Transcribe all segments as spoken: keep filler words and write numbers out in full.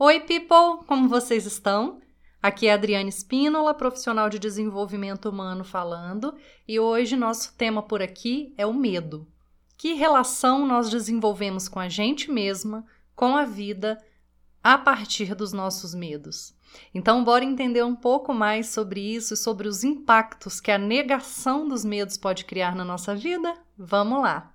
Oi, people! Como vocês estão? Aqui é a Adriane Spínola, profissional de desenvolvimento humano falando, e hoje nosso tema por aqui é o medo. Que relação nós desenvolvemos com a gente mesma, com a vida, a partir dos nossos medos? Então, bora entender um pouco mais sobre isso e sobre os impactos que a negação dos medos pode criar na nossa vida? Vamos lá!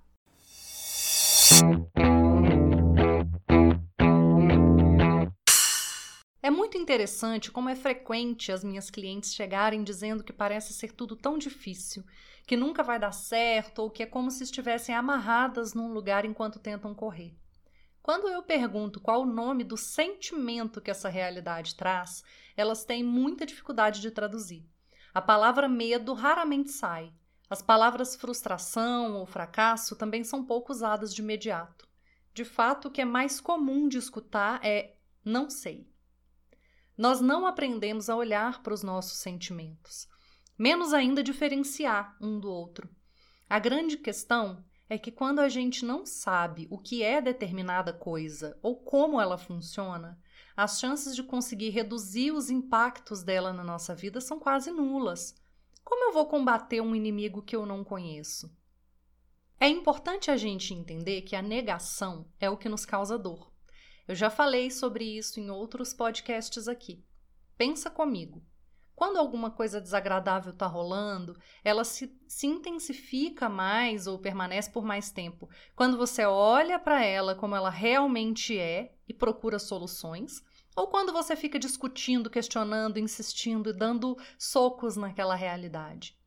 É muito interessante como é frequente as minhas clientes chegarem dizendo que parece ser tudo tão difícil, que nunca vai dar certo ou que é como se estivessem amarradas num lugar enquanto tentam correr. Quando eu pergunto qual o nome do sentimento que essa realidade traz, elas têm muita dificuldade de traduzir. A palavra medo raramente sai. As palavras frustração ou fracasso também são pouco usadas de imediato. De fato, o que é mais comum de escutar é não sei. Nós não aprendemos a olhar para os nossos sentimentos, menos ainda diferenciar um do outro. A grande questão é que quando a gente não sabe o que é determinada coisa ou como ela funciona, as chances de conseguir reduzir os impactos dela na nossa vida são quase nulas. Como eu vou combater um inimigo que eu não conheço? É importante a gente entender que a negação é o que nos causa dor. Eu já falei sobre isso em outros podcasts aqui. Pensa comigo. Quando alguma coisa desagradável está rolando, ela se, se intensifica mais ou permanece por mais tempo. Quando você olha para ela como ela realmente é e procura soluções, ou quando você fica discutindo, questionando, insistindo e dando socos naquela realidade.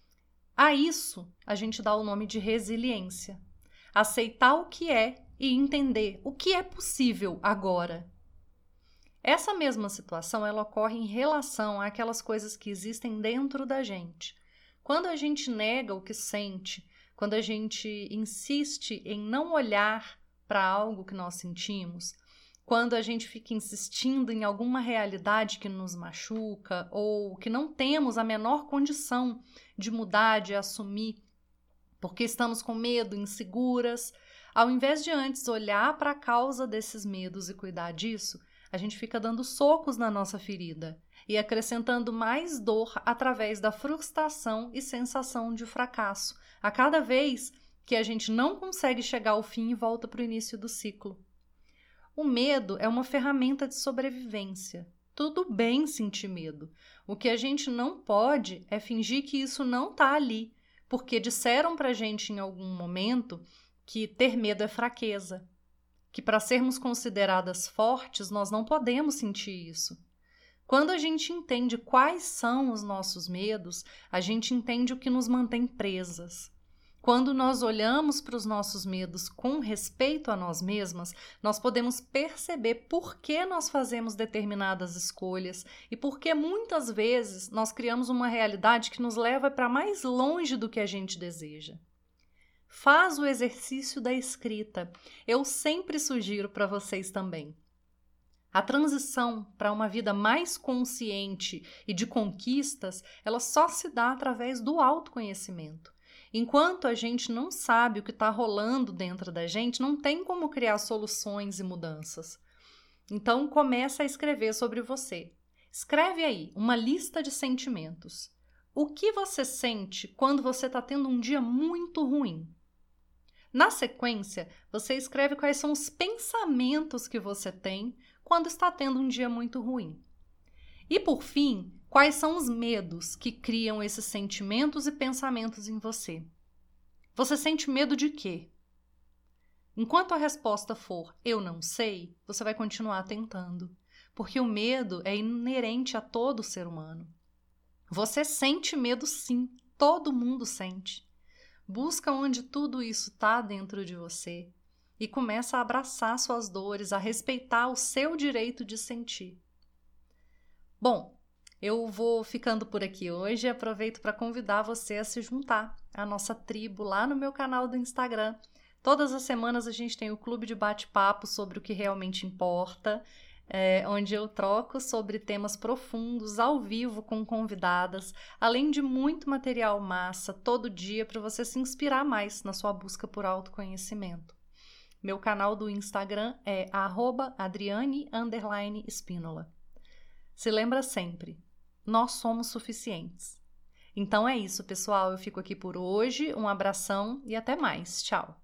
A isso a gente dá o nome de resiliência. Aceitar o que é e entender o que é possível agora. Essa mesma situação ela ocorre em relação àquelas coisas que existem dentro da gente. Quando a gente nega o que sente, quando a gente insiste em não olhar para algo que nós sentimos, quando a gente fica insistindo em alguma realidade que nos machuca ou que não temos a menor condição de mudar, de assumir, porque estamos com medo, inseguras, ao invés de antes olhar para a causa desses medos e cuidar disso, a gente fica dando socos na nossa ferida e acrescentando mais dor através da frustração e sensação de fracasso, a cada vez que a gente não consegue chegar ao fim e volta para o início do ciclo. O medo é uma ferramenta de sobrevivência. Tudo bem sentir medo. O que a gente não pode é fingir que isso não está ali, porque disseram para a gente em algum momento que ter medo é fraqueza, que para sermos consideradas fortes nós não podemos sentir isso. Quando a gente entende quais são os nossos medos, a gente entende o que nos mantém presas. Quando nós olhamos para os nossos medos com respeito a nós mesmas, nós podemos perceber por que nós fazemos determinadas escolhas e por que muitas vezes nós criamos uma realidade que nos leva para mais longe do que a gente deseja. Faz o exercício da escrita. Eu sempre sugiro para vocês também. A transição para uma vida mais consciente e de conquistas, ela só se dá através do autoconhecimento. Enquanto a gente não sabe o que está rolando dentro da gente, não tem como criar soluções e mudanças. Então, começa a escrever sobre você. Escreve aí uma lista de sentimentos. O que você sente quando você está tendo um dia muito ruim? Na sequência, você escreve quais são os pensamentos que você tem quando está tendo um dia muito ruim. E, por fim, quais são os medos que criam esses sentimentos e pensamentos em você? Você sente medo de quê? Enquanto a resposta for eu não sei, você vai continuar tentando, porque o medo é inerente a todo ser humano. Você sente medo sim, todo mundo sente. Busca onde tudo isso está dentro de você e começa a abraçar suas dores, a respeitar o seu direito de sentir. Bom, eu vou ficando por aqui hoje e aproveito para convidar você a se juntar à nossa tribo lá no meu canal do Instagram. Todas as semanas a gente tem o clube de bate-papo sobre o que realmente importa, É, onde eu troco sobre temas profundos, ao vivo, com convidadas, além de muito material massa todo dia para você se inspirar mais na sua busca por autoconhecimento. Meu canal do Instagram é arroba adriane underline espínola. Se lembra sempre, nós somos suficientes. Então é isso, pessoal. Eu fico aqui por hoje. Um abração e até mais. Tchau!